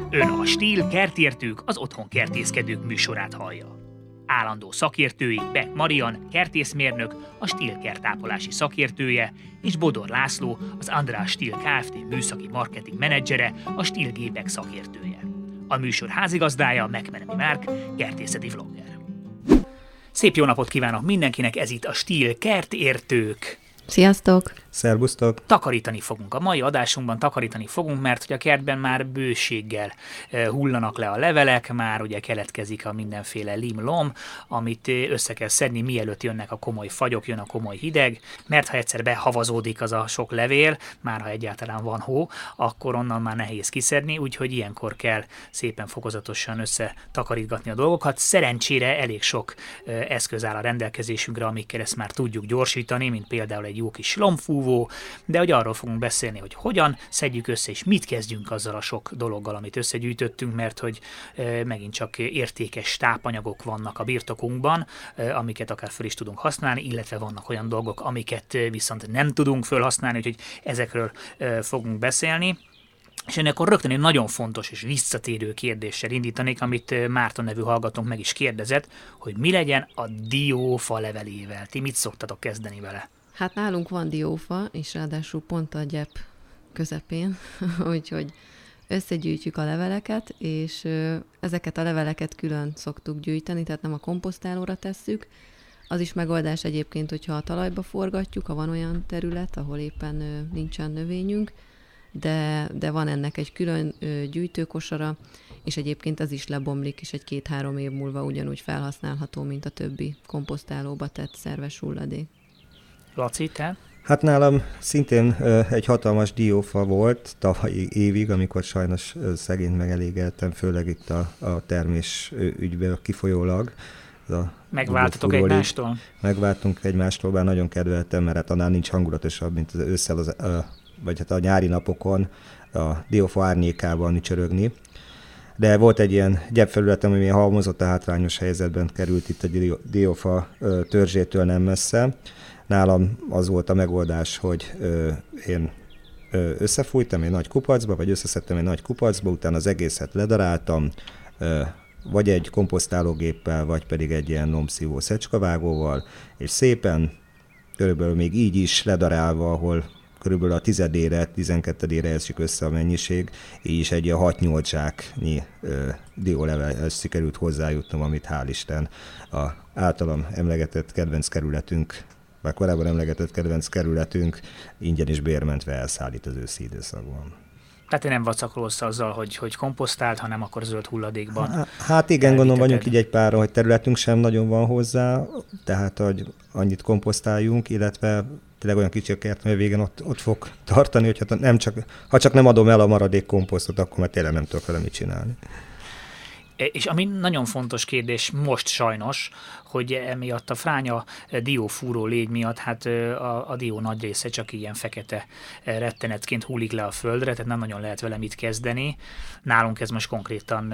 Ön a Stíl kertértők, az otthon kertészkedők műsorát hallja. Állandó szakértői Beck Marian, kertészmérnök, a Stíl kertápolási szakértője, és Bodor László, az András Stíl Kft. Műszaki marketing menedzsere, a Stíl gépek szakértője. A műsor házigazdája Megmenemi Márk, kertészeti vlogger. Szép jó napot kívánok mindenkinek, ez itt a Stíl kertértők. Sziasztok! Szerbusztok! Takarítani fogunk. A mai adásunkban takarítani fogunk, mert hogy a kertben már bőséggel hullanak le a levelek, már ugye keletkezik a mindenféle lim-lom, amit össze kell szedni, mielőtt jönnek a komoly fagyok, jön a komoly hideg, mert ha egyszer behavazódik az a sok levél, már ha egyáltalán van hó, akkor onnan már nehéz kiszedni, úgyhogy ilyenkor kell szépen fokozatosan összetakarítgatni a dolgokat. Szerencsére elég sok eszköz áll a rendelkezésünkre, amikkel ezt már tudjuk gyorsítani, mint például egy jó kis lomfúvó, de hogy arról fogunk beszélni, hogy hogyan szedjük össze, és mit kezdjünk azzal a sok dologgal, amit összegyűjtöttünk, mert hogy megint csak értékes tápanyagok vannak a birtokunkban, amiket akár föl is tudunk használni, illetve vannak olyan dolgok, amiket viszont nem tudunk felhasználni, úgyhogy ezekről fogunk beszélni. És ennek akkor rögtön egy nagyon fontos és visszatérő kérdéssel indítanék, amit Márton nevű hallgatónk meg is kérdezett, hogy mi legyen a diófa levelével. Ti mit szoktatok kezdeni vele? Hát nálunk van diófa, és ráadásul pont a gyep közepén, úgyhogy összegyűjtjük a leveleket, és ezeket a leveleket külön szoktuk gyűjteni, tehát nem a komposztálóra tesszük. Az is megoldás egyébként, hogyha a talajba forgatjuk, ha van olyan terület, ahol éppen nincsen növényünk, de van ennek egy külön gyűjtőkosara, és egyébként az is lebomlik, és egy 2-3 év múlva ugyanúgy felhasználható, mint a többi komposztálóba tett szerves hulladék. Laci, te? Hát nálam szintén egy hatalmas diófa volt tavalyi évig, amikor sajnos szegényt megelégeltem, főleg itt a termés ügyben kifolyólag. Megváltatok egymástól? Megváltunk egymástól, bár nagyon kedveltem, mert hát annál nincs hangulatosabb, mint az ősszel, vagy hát a nyári napokon a diófa árnyékában ücsörögni. De volt egy ilyen gyepfelületem, ami halmozott, a hátrányos helyzetben került itt a diófa törzsétől nem messze. Nálam az volt a megoldás, hogy én összefújtam egy nagy kupacba, vagy összeszedtem egy nagy kupacba, utána az egészet ledaráltam, vagy egy komposztálógéppel, vagy pedig egy ilyen lombszívó szecskavágóval, és szépen, körülbelül még így is ledarálva, ahol körülbelül a 10-ére, 12-ére esik össze a mennyiség, így is egy ilyen 6-8 zsáknyi diólevelhez sikerült hozzájutnom, amit hál' Isten a általam emlegetett kedvenc kerületünk, már korábban emlegetett kedvenc kerületünk ingyen és bérmentve elszállít az őszi időszakban. Tehát te nem vacakolsz azzal, hogy komposztált, hanem akkor zöld hulladékban. Hát igen, gondolom vagyunk így egy páron, hogy területünk sem nagyon van hozzá, tehát hogy annyit komposztáljunk, illetve tényleg olyan kicsi a kert, hogy a végén ott fog tartani, hogy ha csak nem adom el a maradék komposztot, akkor már tényleg nem tudok vele mit csinálni. És ami nagyon fontos kérdés most sajnos, hogy emiatt a fránya diófúró légy miatt, hát a dió nagy része csak ilyen fekete rettenetként hullik le a földre, tehát nem nagyon lehet vele mit kezdeni. Nálunk ez most konkrétan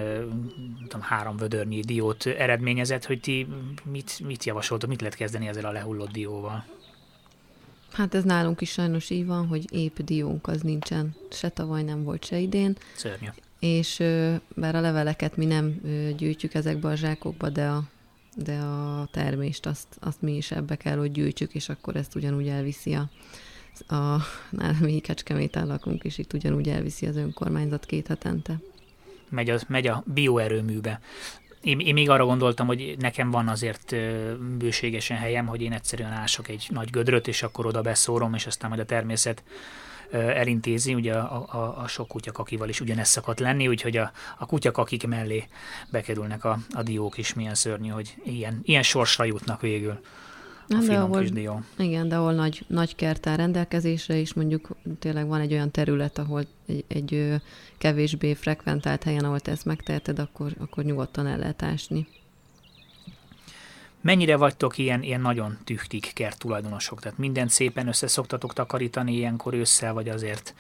3 vödörnyi diót eredményezett, hogy ti mit javasoltok, mit lehet kezdeni ezzel a lehullott dióval? Hát ez nálunk is sajnos így van, hogy épp diónk az nincsen, se tavaly nem volt, se idén. Szörnyű. És bár a leveleket mi nem gyűjtjük ezekbe a zsákokba, de a termést azt mi is ebbe kell, hogy gyűjtsük, és akkor ezt ugyanúgy elviszi nálam mi Kecskeméten lakunk, és itt ugyanúgy elviszi az önkormányzat 2 hetente. Megy a bioerőműbe. Én még arra gondoltam, hogy nekem van azért bőségesen helyem, hogy én egyszerűen ások egy nagy gödröt, és akkor oda beszórom, és aztán majd a természet elintézi, ugye a sok kutyakakival is ugyanezt szokott lenni, úgyhogy a kutyakakik mellé bekerülnek a diók is, milyen szörnyű, hogy ilyen sorsra jutnak végül a finom kis dió. Igen, de ahol nagy kert áll rendelkezésre, és mondjuk tényleg van egy olyan terület, ahol egy kevésbé frekventált helyen, ahol te ezt megteheted, akkor nyugodtan el lehet ásni. Mennyire vagytok ilyen nagyon tüchtik kert tulajdonosok? Tehát mindent szépen össze szoktatok takarítani ilyenkor ősszel, vagy azért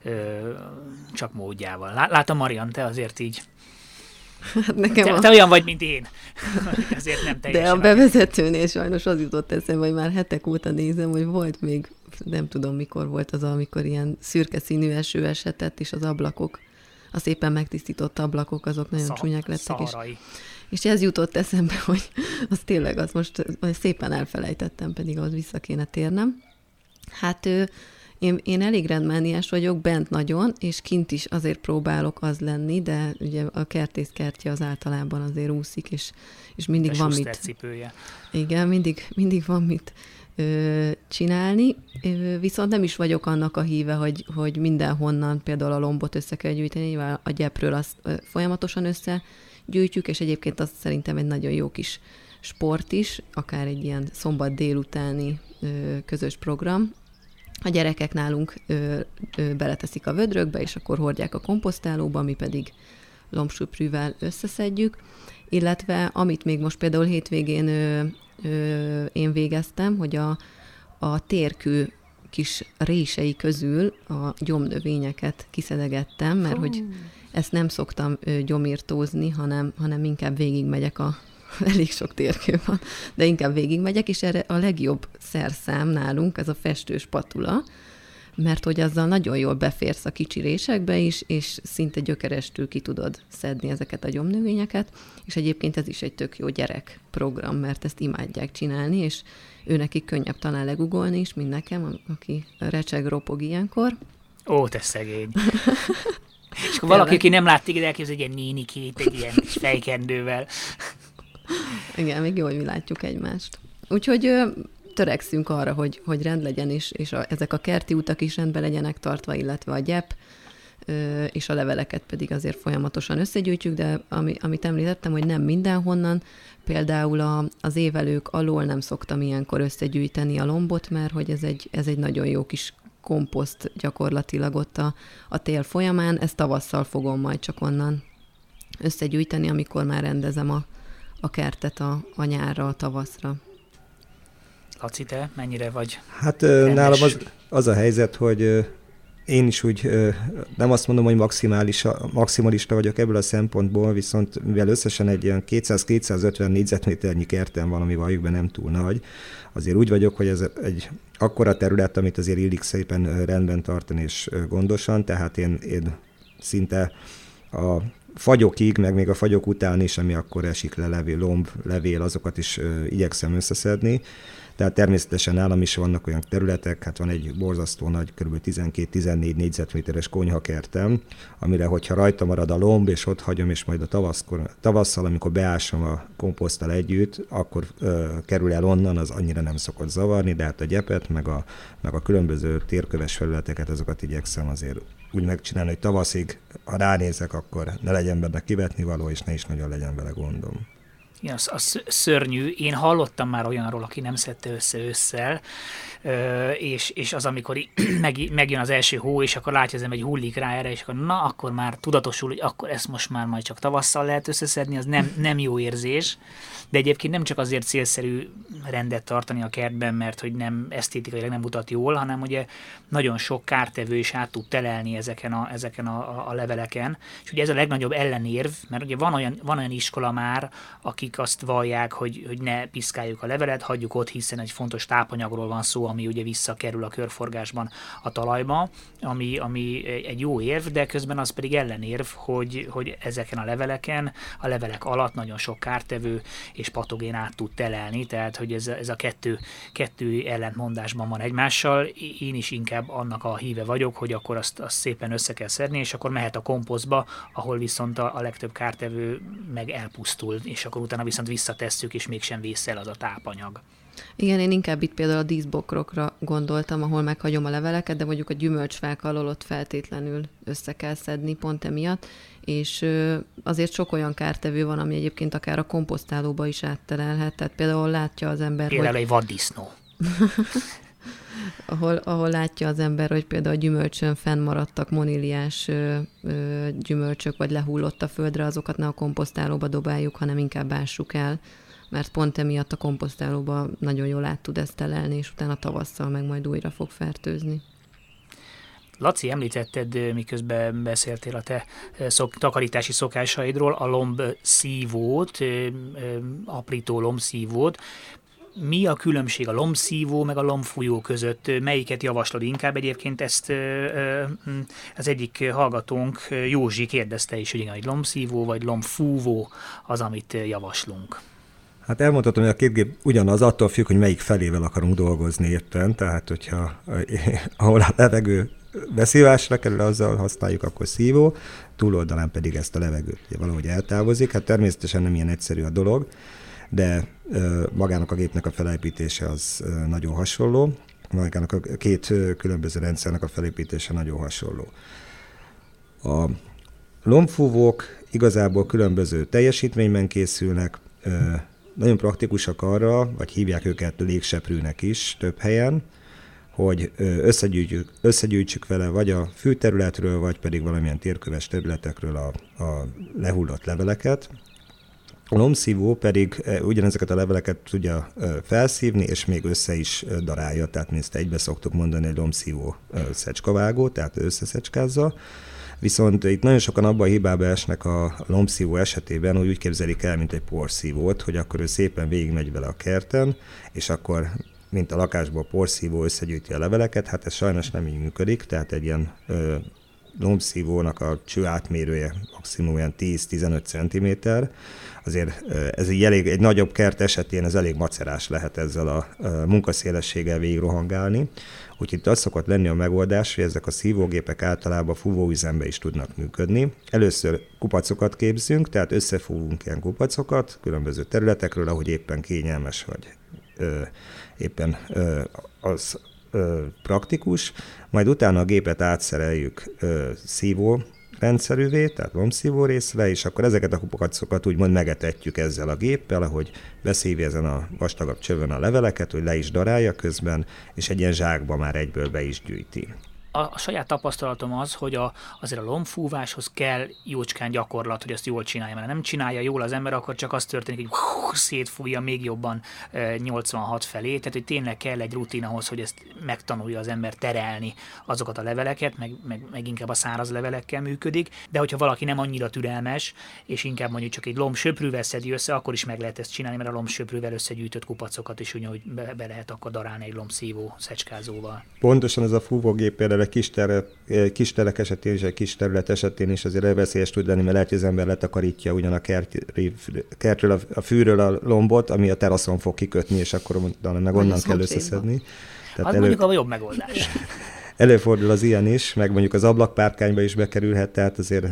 csak módjával? Látom, Marian, te azért így... Hát nekem te olyan vagy, mint én. Ezért nem teljesen. De a bevezetőnél sajnos az jutott eszembe, hogy már hetek óta nézem, hogy volt még, nem tudom mikor volt az, amikor ilyen szürke színű eső esett, és az ablakok a szépen megtisztított ablakok, azok nagyon csúnyák lettek. És ez jutott eszembe, hogy az tényleg, az most szépen elfelejtettem, pedig ahhoz vissza kéne térnem. Hát én elég rendmániás vagyok, bent nagyon, és kint is azért próbálok az lenni, de ugye a kertészkertje az általában azért úszik, és mindig van mit... cipője. Igen, mindig van mit csinálni, viszont nem is vagyok annak a híve, hogy mindenhonnan például a lombot össze kell gyűjteni, a gyepről azt folyamatosan összegyűjtjük, és egyébként az szerintem egy nagyon jó kis sport is, akár egy ilyen szombat délutáni közös program. A gyerekek nálunk beleteszik a vödrökbe, és akkor hordják a komposztálóba, mi pedig lombsöprűvel összeszedjük, illetve amit még most például hétvégén én végeztem, hogy a térkő kis rései közül a gyomnövényeket kiszedegettem, mert hogy ezt nem szoktam gyomírtózni, hanem inkább végigmegyek elég sok térkő van, de inkább végigmegyek, és erre a legjobb szerszám nálunk, ez a festős spatula, mert hogy azzal nagyon jól beférsz a kicsi résekbe is, és szinte gyökerestül ki tudod szedni ezeket a gyomnövényeket, és egyébként ez is egy tök jó gyerekprogram, mert ezt imádják csinálni, és ő nekik könnyebb talán legugolni is, mint nekem, aki recseg, ropog ilyenkor. Ó, te szegény! És akkor valaki, aki nem lát téged, elképzel egy ilyen nénikét, egy ilyen kis fejkendővel. Igen, még jó, hogy mi látjuk egymást. Úgyhogy törekszünk arra, hogy rend legyen, és ezek a kerti utak is rendben legyenek tartva, illetve a gyep, és a leveleket pedig azért folyamatosan összegyűjtjük, de amit említettem, hogy nem mindenhonnan, például az évelők alól nem szoktam ilyenkor összegyűjteni a lombot, mert hogy ez egy nagyon jó kis komposzt gyakorlatilag ott a tél folyamán, ezt tavasszal fogom majd csak onnan összegyűjteni, amikor már rendezem a kertet a nyárra, a tavaszra. Laci, te mennyire vagy? Hát nálam az a helyzet, hogy én is úgy nem azt mondom, hogy maximalista vagyok ebből a szempontból, viszont mivel összesen egy ilyen 200-250 négyzetméternyi kertem van, ami valójában nem túl nagy, azért úgy vagyok, hogy ez egy akkora terület, amit azért illik szépen rendben tartani és gondosan, tehát én szinte a fagyokig, meg még a fagyok után is, ami akkor esik le lomb, levél, azokat is igyekszem összeszedni. Tehát természetesen nálam is vannak olyan területek, hát van egy borzasztó nagy, kb. 12-14 négyzetméteres konyhakertem, amire, hogyha rajta marad a lomb, és ott hagyom, és majd a tavasszal, amikor beásom a komposzttal együtt, akkor kerül el onnan, az annyira nem szokott zavarni, de hát a gyepet, meg a különböző térköves felületeket, azokat igyekszem azért úgy megcsinálni, hogy tavaszig, ha ránézek, akkor ne legyen benne kivetnivaló, és ne is nagyon legyen vele gondom. Igen, az szörnyű. Én hallottam már olyanról, aki nem szedte össze ősszel, és az, amikor megjön az első hó, és akkor látja az ember, hogy hullik rá erre, és akkor már tudatosul, hogy akkor ezt most már majd csak tavasszal lehet összeszedni, az nem jó érzés. De egyébként nem csak azért célszerű rendet tartani a kertben, mert hogy nem esztétikailag nem mutat jól, hanem ugye nagyon sok kártevő is át tud telelni ezeken a leveleken. És ugye ez a legnagyobb ellenérv, mert ugye van olyan iskola már, akik azt vallják, hogy ne piszkáljuk a levelet, hagyjuk ott, hiszen egy fontos tápanyagról van szó, ami ugye visszakerül a körforgásban a talajba, ami egy jó érv, de közben az pedig ellenérv, hogy ezeken a leveleken, a levelek alatt nagyon sok kártevő és patogén át tud telelni, tehát hogy ez a kettő ellentmondásban van egymással. Én is inkább annak a híve vagyok, hogy akkor azt szépen össze kell szedni, és akkor mehet a komposztba, ahol viszont a legtöbb kártevő meg elpusztul, és akkor utána viszont visszatesszük, és mégsem vészel az a tápanyag. Igen, én inkább itt például a díszbokrokra gondoltam, ahol meghagyom a leveleket, de mondjuk a gyümölcsfák alól ott feltétlenül össze kell szedni pont emiatt, és azért sok olyan kártevő van, ami egyébként akár a komposztálóba is átterelhet, tehát például látja az ember, például egy vaddisznó. ahol látja az ember, hogy például a gyümölcsön fennmaradtak moníliás gyümölcsök, vagy lehullott a földre, azokat ne a komposztálóba dobáljuk, hanem inkább ássuk el, mert pont emiatt a komposztálóba nagyon jól át tud ezt telelni, és utána tavasszal meg majd újra fog fertőzni. Laci, említetted, miközben beszéltél a te takarítási szokásaidról, a lombszívót, aprító lombszívót. Mi a különbség a lombszívó meg a lombfújó között? Melyiket javaslod inkább? Egyébként ezt az egyik hallgatónk, Józsi kérdezte is, hogy igen, hogy lombszívó vagy lombfúvó az, amit javaslunk. Hát elmondhatom, hogy a két gép ugyanaz, attól függ, hogy melyik felével akarunk dolgozni éppen, tehát hogyha ahol a levegő beszívásra kerül, azzal használjuk, akkor szívó, túloldalán pedig ezt a levegőt valahogy eltávozik. Hát természetesen nem ilyen egyszerű a dolog, de magának a gépnek a felépítése az nagyon hasonló, magának a két különböző rendszernek a felépítése nagyon hasonló. A lombfúvók igazából különböző teljesítményben készülnek, nagyon praktikusak arra, vagy hívják őket légseprűnek is több helyen, hogy összegyűjtsük vele vagy a fűterületről, vagy pedig valamilyen térköves területekről a lehullott leveleket. A lombszívó pedig ugyanezeket a leveleket tudja felszívni, és még össze is darálja, tehát mi ezt egybe szoktuk mondani, egy lombszívó szecskavágó, tehát összeszecskázza. Viszont itt nagyon sokan abban a hibába esnek a lombszívó esetében, hogy úgy képzelik el, mint egy porszívót, hogy akkor ő szépen végigmegy vele a kerten, és akkor, mint a lakásból porszívó összegyűjti a leveleket, hát ez sajnos nem így működik, tehát egy ilyen lombszívónak a cső átmérője maximum olyan 10-15 cm. Azért ez egy nagyobb kert esetén ez elég macerás lehet ezzel a munkaszélességgel végig rohangálni. Úgyhogy itt az szokott lenni a megoldás, hogy ezek a szívógépek általában fúvóüzembe is tudnak működni. Először kupacokat képzünk, tehát összefúvunk ilyen kupacokat különböző területekről, ahogy éppen kényelmes vagy éppen az praktikus, majd utána a gépet átszereljük szívó rendszerűvé, tehát lombszívó részre, és akkor ezeket a kupacokat úgymond megetetjük ezzel a géppel, ahogy beszívja ezen a vastagabb csövön a leveleket, hogy le is darálja közben, és egy ilyen zsákba már egyből be is gyűjti. A saját tapasztalatom az, hogy azért a lombfúváshoz kell jócskán gyakorlat, hogy azt jól csinálja, mert nem csinálja jól az ember, akkor csak az történik, hogy szétfújja még jobban 86 felé, tehát hogy tényleg kell egy rutin ahhoz, hogy ezt megtanulja az ember terelni azokat a leveleket, meg inkább a száraz levelekkel működik, de hogyha valaki nem annyira türelmes, és inkább mondjuk csak egy lombsöprűvel szedi össze, akkor is meg lehet ezt csinálni, mert a lombsöprűvel összegyűjtött kupacokat is úgy, hogy be lehet akkor darálni egy lombszívó szecskázóval. Pontosan ez a fúvógép például egy kis telek esetén és egy kis terület esetén is azért veszélyes tud lenni, mert lehet, hogy az ember letakarítja ugyan a kertről, a fűről a lombot, ami a teraszon fog kikötni, és akkor meg onnan kell összeszedni. Tehát mondjuk a jobb megoldás. Előfordul az ilyen is, meg mondjuk az ablakpárkányba is bekerülhet, tehát azért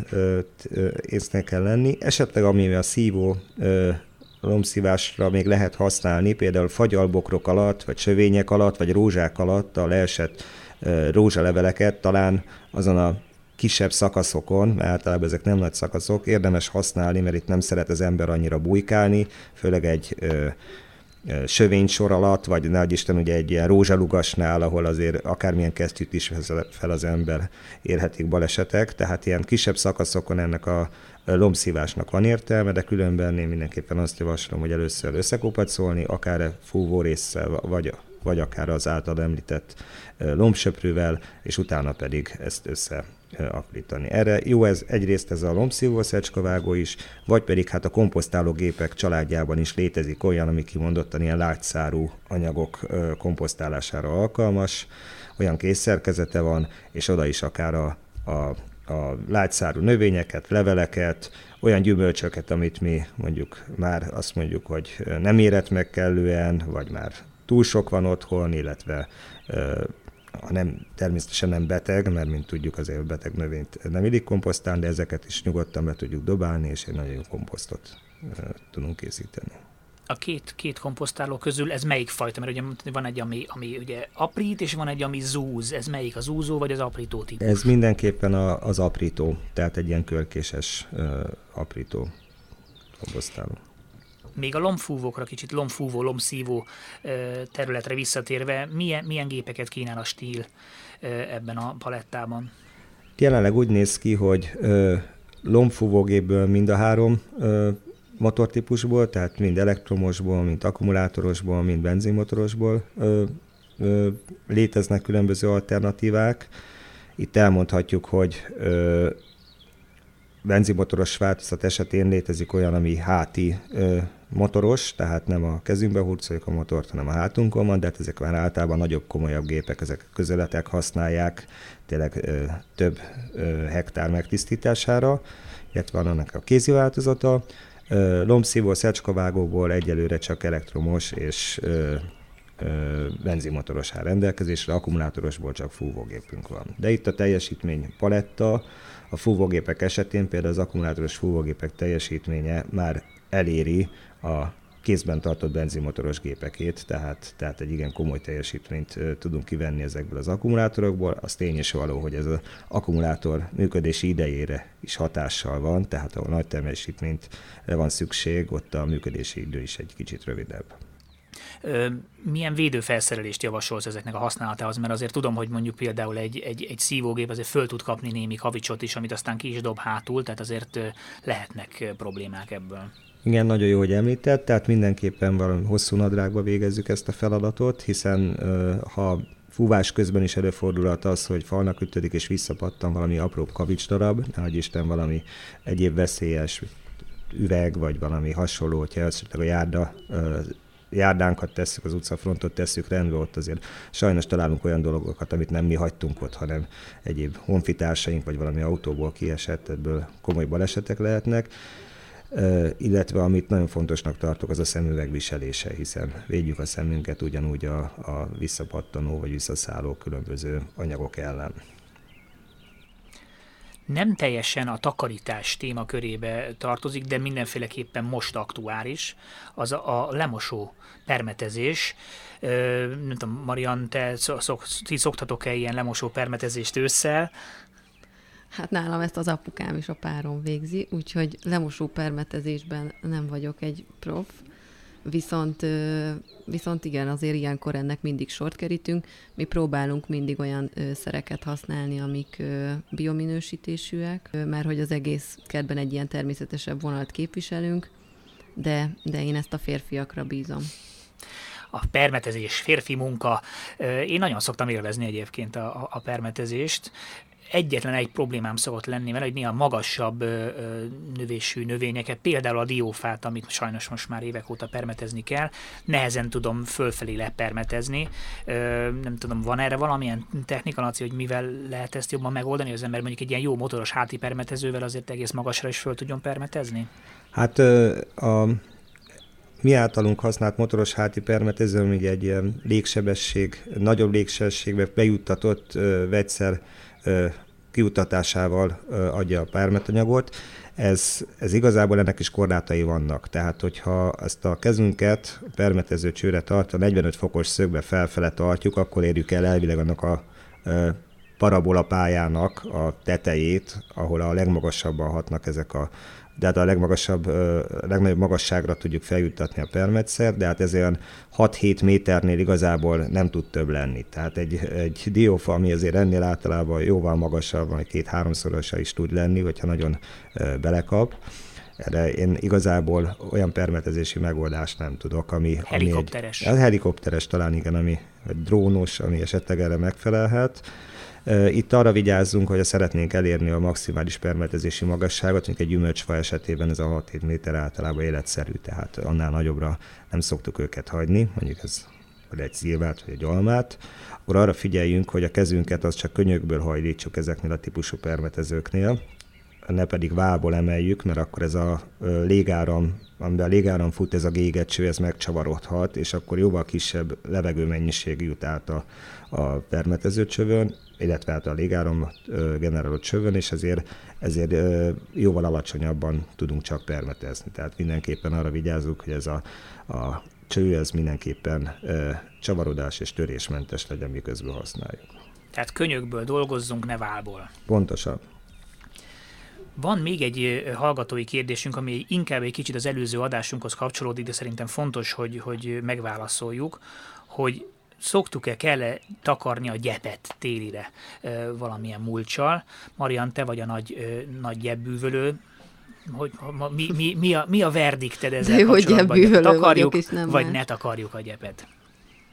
észnél kell lenni. Esetleg ami a szívó lombszívásra még lehet használni, például fagyalbokrok alatt, vagy sövények alatt, vagy rózsák alatt a leesett rózsaleveleket talán azon a kisebb szakaszokon, mert általában ezek nem nagy szakaszok, érdemes használni, mert itt nem szeret az ember annyira bujkálni, főleg egy sövénysor alatt, vagy nagy Isten ugye egy ilyen rózsalugasnál, ahol azért akármilyen kesztyűt is fel az ember, érhetik balesetek, tehát ilyen kisebb szakaszokon ennek a lombszívásnak van értelme, de különben én mindenképpen azt javaslom, hogy először összekupacolni, akár fúvó résszel, vagy akár az által említett lombsöprűvel, és utána pedig ezt összeaprítani. Erre jó egyrészt ez a lombszívó szecskavágó is, vagy pedig hát a komposztáló gépek családjában is létezik olyan, ami kimondottan ilyen lágyszárú anyagok komposztálására alkalmas, olyan készszerkezete van, és oda is akár a lágyszárú növényeket, leveleket, olyan gyümölcsöket, amit mi mondjuk már azt mondjuk, hogy nem érett meg kellően, vagy már túl sok van otthon, illetve természetesen nem beteg, mert mint tudjuk azért beteg növényt nem illik komposztálni, de ezeket is nyugodtan be tudjuk dobálni, és egy nagyon jó komposztot tudunk készíteni. A két komposztáló közül ez melyik fajta? Mert ugye van egy, ami ugye aprít, és van egy, ami zúz. Ez melyik, az úzó vagy az aprító típus? Ez mindenképpen az aprító, tehát egy ilyen körkéses aprító komposztáló. Még a lombfúvókra, kicsit lombfúvó, lombszívó területre visszatérve, milyen gépeket kínál a Stihl ebben a palettában? Jelenleg úgy néz ki, hogy lombfúvógépből mind a három motortípusból, tehát mind elektromosból, mind akkumulátorosból, mind benzinmotorosból léteznek különböző alternatívák. Itt elmondhatjuk, hogy benzinmotoros változat esetén létezik olyan, ami háti motoros, tehát nem a kezünkbe hurcoljuk a motort, hanem a hátunkon van, de hát ezek már általában nagyobb, komolyabb gépek, ezek közeletek használják, tényleg több hektár megtisztítására, illetve van annak a kézi változata. Lombszívó, szecskavágóból egyelőre csak elektromos és benzinmotoros áll rendelkezésre, akkumulátorosból csak fúvógépünk van. De itt a teljesítmény paletta, a fúvógépek esetén például az akkumulátoros fúvógépek teljesítménye már eléri a kézben tartott benzinmotoros gépekét, tehát egy igen komoly teljesítményt tudunk kivenni ezekből az akkumulátorokból. Az tény és való, hogy ez az akkumulátor működési idejére is hatással van, tehát ahol nagy teljesítményre van szükség, ott a működési idő is egy kicsit rövidebb. Milyen védőfelszerelést javasolsz ezeknek a használatához? Mert azért tudom, hogy mondjuk például egy szívógép azért föl tud kapni némi kavicsot is, amit aztán ki is dob hátul, tehát azért lehetnek problémák ebből. Igen, nagyon jó, hogy említett, tehát mindenképpen valami hosszú nadrágba végezzük ezt a feladatot, hiszen ha fúvás közben is előfordulhat az, hogy falnak ütödik és visszapattan valami apróbb kavicsdarab, nehogy Isten valami egyéb veszélyes üveg, vagy valami hasonló, hogyha esetleg a járdánkat tesszük, az utcafrontot tesszük rendbe, ott azért sajnos találunk olyan dolgokat, amit nem mi hagytunk ott, hanem egyéb honfitársaink, vagy valami autóból kiesett, ebből komoly balesetek lehetnek. Illetve amit nagyon fontosnak tartok, az a szemüveg viselése, hiszen védjük a szemünket ugyanúgy a visszapattanó vagy visszaszálló különböző anyagok ellen. Nem teljesen a takarítás témakörébe tartozik, de mindenféleképpen most aktuális, az a lemosó permetezés. Nem tudom, Marian, ti szoktatok-e ilyen lemosó permetezést ősszel? Hát nálam ezt az apukám és a párom végzi, úgyhogy lemosó permetezésben nem vagyok egy prof, viszont igen, azért ilyenkor ennek mindig sort kerítünk. Mi próbálunk mindig olyan szereket használni, amik biominősítésűek, mert hogy az egész kertben egy ilyen természetesebb vonalat képviselünk, de én ezt a férfiakra bízom. A permetezés, férfi munka. Én nagyon szoktam élvezni egyébként a permetezést. Egyetlen egy problémám szokott lenni vele, hogy néha magasabb növésű növényeket, például a diófát, amit sajnos most már évek óta permetezni kell, nehezen tudom fölfelé lepermetezni. Nem tudom, van erre valamilyen technika, Laci, hogy mivel lehet ezt jobban megoldani, hogy az ember mondjuk egy ilyen jó motoros háti permetezővel azért egész magasra is föl tudjon permetezni? Hát mi általunk használt motoros háti permetező, ami egy ilyen nagyobb légsebességbe bejuttatott vegyszer kiutatásával adja a permetanyagot. Ez igazából ennek is korlátai vannak. Tehát, hogyha ezt a kezünket a permetező csőre tartva 45 fokos szögbe felfele tartjuk, akkor érjük el elvileg annak a parabola pályának a tetejét, ahol a legmagasabban hatnak ezek de hát a legnagyobb magasságra tudjuk feljuttatni a permetszer, de hát ez olyan 6-7 méternél igazából nem tud több lenni. Tehát egy diófa, ami azért ennél általában jóval magasabb, vagy 2-3-szorosa is tud lenni, hogyha nagyon belekap. De én igazából olyan permetezési megoldást nem tudok, ami helikopteres. Helikopteres talán igen, vagy drónos, ami esetleg erre megfelelhet. Itt arra vigyázzunk, hogy szeretnénk elérni a maximális permetezési magasságot, mint egy gyümölcsfa esetében ez a 6-7 méter általában életszerű, tehát annál nagyobbra nem szoktuk őket hagyni, mondjuk ez vagy egy szilvát, vagy egy almát, akkor arra figyeljünk, hogy a kezünket az csak könyökből hajlítsuk ezeknél a típusú permetezőknél, ne pedig vállból emeljük, mert akkor ez a légáram, amiben a légáram fut, ez a gégetcső, ez megcsavarodhat, és akkor jóval kisebb levegőmennyiség jut át a permetezőcsövön, illetve át a légáram generálott csövön, és ezért jóval alacsonyabban tudunk csak permetezni. Tehát mindenképpen arra vigyázzunk, hogy ez a cső, ez mindenképpen csavarodás és törésmentes legyen, miközben használjuk. Tehát könyökből dolgozzunk, ne vállból. Pontosan. Van még egy hallgatói kérdésünk, ami inkább egy kicsit az előző adásunkhoz kapcsolódik, de szerintem fontos, hogy megválaszoljuk, hogy szoktuk-e, kell-e takarni a gyepet télire valamilyen mulccsal? Marian, te vagy a nagy gyepbűvölő. Mi a verdikted ezzel kapcsolatban? Takarjuk, vagy ne takarjuk a gyepet?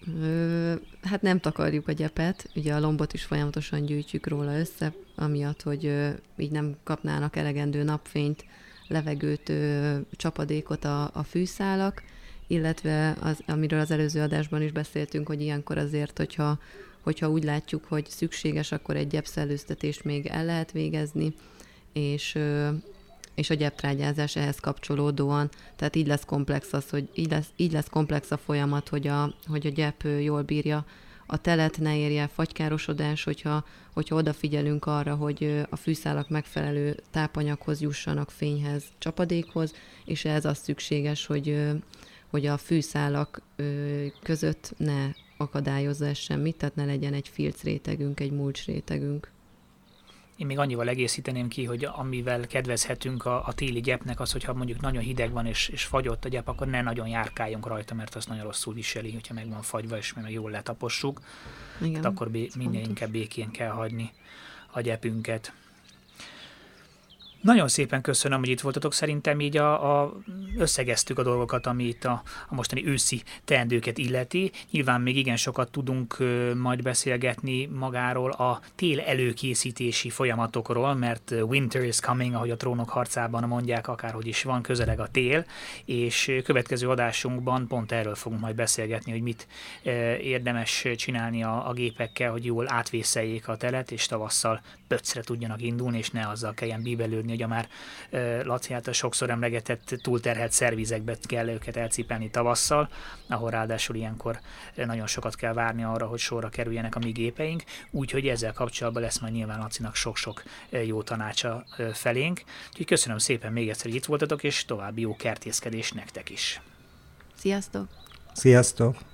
Hát nem takarjuk a gyepet, ugye a lombot is folyamatosan gyűjtjük róla össze, amiatt, hogy így nem kapnának elegendő napfényt, levegőt, csapadékot a fűszálak, illetve amiről az előző adásban is beszéltünk, hogy ilyenkor azért, hogyha úgy látjuk, hogy szükséges, akkor egy gyepszellőztetést még el lehet végezni, és a gyeptrágyázás ehhez kapcsolódóan, tehát így lesz komplex az, hogy így lesz komplex a folyamat, hogy a gyep jól bírja a telet, ne érje fagykárosodás, hogyha odafigyelünk arra, hogy a fűszálak megfelelő tápanyaghoz jussanak, fényhez, csapadékhoz, és ehhez az szükséges, hogy a fűszálak között ne akadályozza ez semmit, tehát ne legyen egy filcrétegünk, egy mulcsrétegünk. Én még annyival egészíteném ki, hogy amivel kedvezhetünk a téli gyepnek az, hogyha mondjuk nagyon hideg van és fagyott a gyep, akkor ne nagyon járkáljunk rajta, mert azt nagyon rosszul viseli, hogyha meg van fagyva, és meg jól letapossuk. Igen, tehát akkor minél inkább békén kell hagyni a gyepünket. Nagyon szépen köszönöm, hogy itt voltatok. Szerintem így összegeztük a dolgokat, ami itt a mostani őszi teendőket illeti. Nyilván még igen sokat tudunk majd beszélgetni magáról a tél előkészítési folyamatokról, mert winter is coming, ahogy a Trónok harcában mondják, akárhogy is van, közeleg a tél, és következő adásunkban pont erről fogunk majd beszélgetni, hogy mit érdemes csinálni a gépekkel, hogy jól átvészeljék a telet, és tavasszal pöccre tudjanak indulni, és ne azzal kelljen bíbelődni, hogy a már Laci által sokszor emlegetett túlterhelt szervizekbe kell őket elcipelni tavasszal, ahol ráadásul ilyenkor nagyon sokat kell várni arra, hogy sorra kerüljenek a mi gépeink, úgyhogy ezzel kapcsolatban lesz majd nyilván Lacinak sok-sok jó tanácsa felénk. Úgyhogy köszönöm szépen még egyszer, hogy itt voltatok, és további jó kertészkedés nektek is. Sziasztok! Sziasztok!